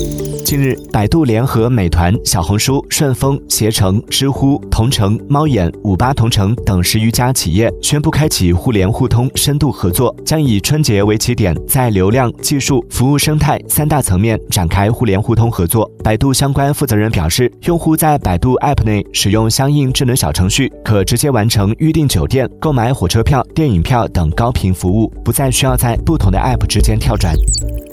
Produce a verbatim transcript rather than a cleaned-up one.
近日，百度联合美团、小红书、顺丰、携程、知乎、同城、猫眼、五八同城等十余家企业宣布开启互联互通深度合作，将以春节为起点，在流量、技术、服务生态三大层面展开互联互通合作。百度相关负责人表示，用户在百度 App 内使用相应智能小程序，可直接完成预订酒店、购买火车票、电影票等高频服务，不再需要在不同的 App 之间跳转。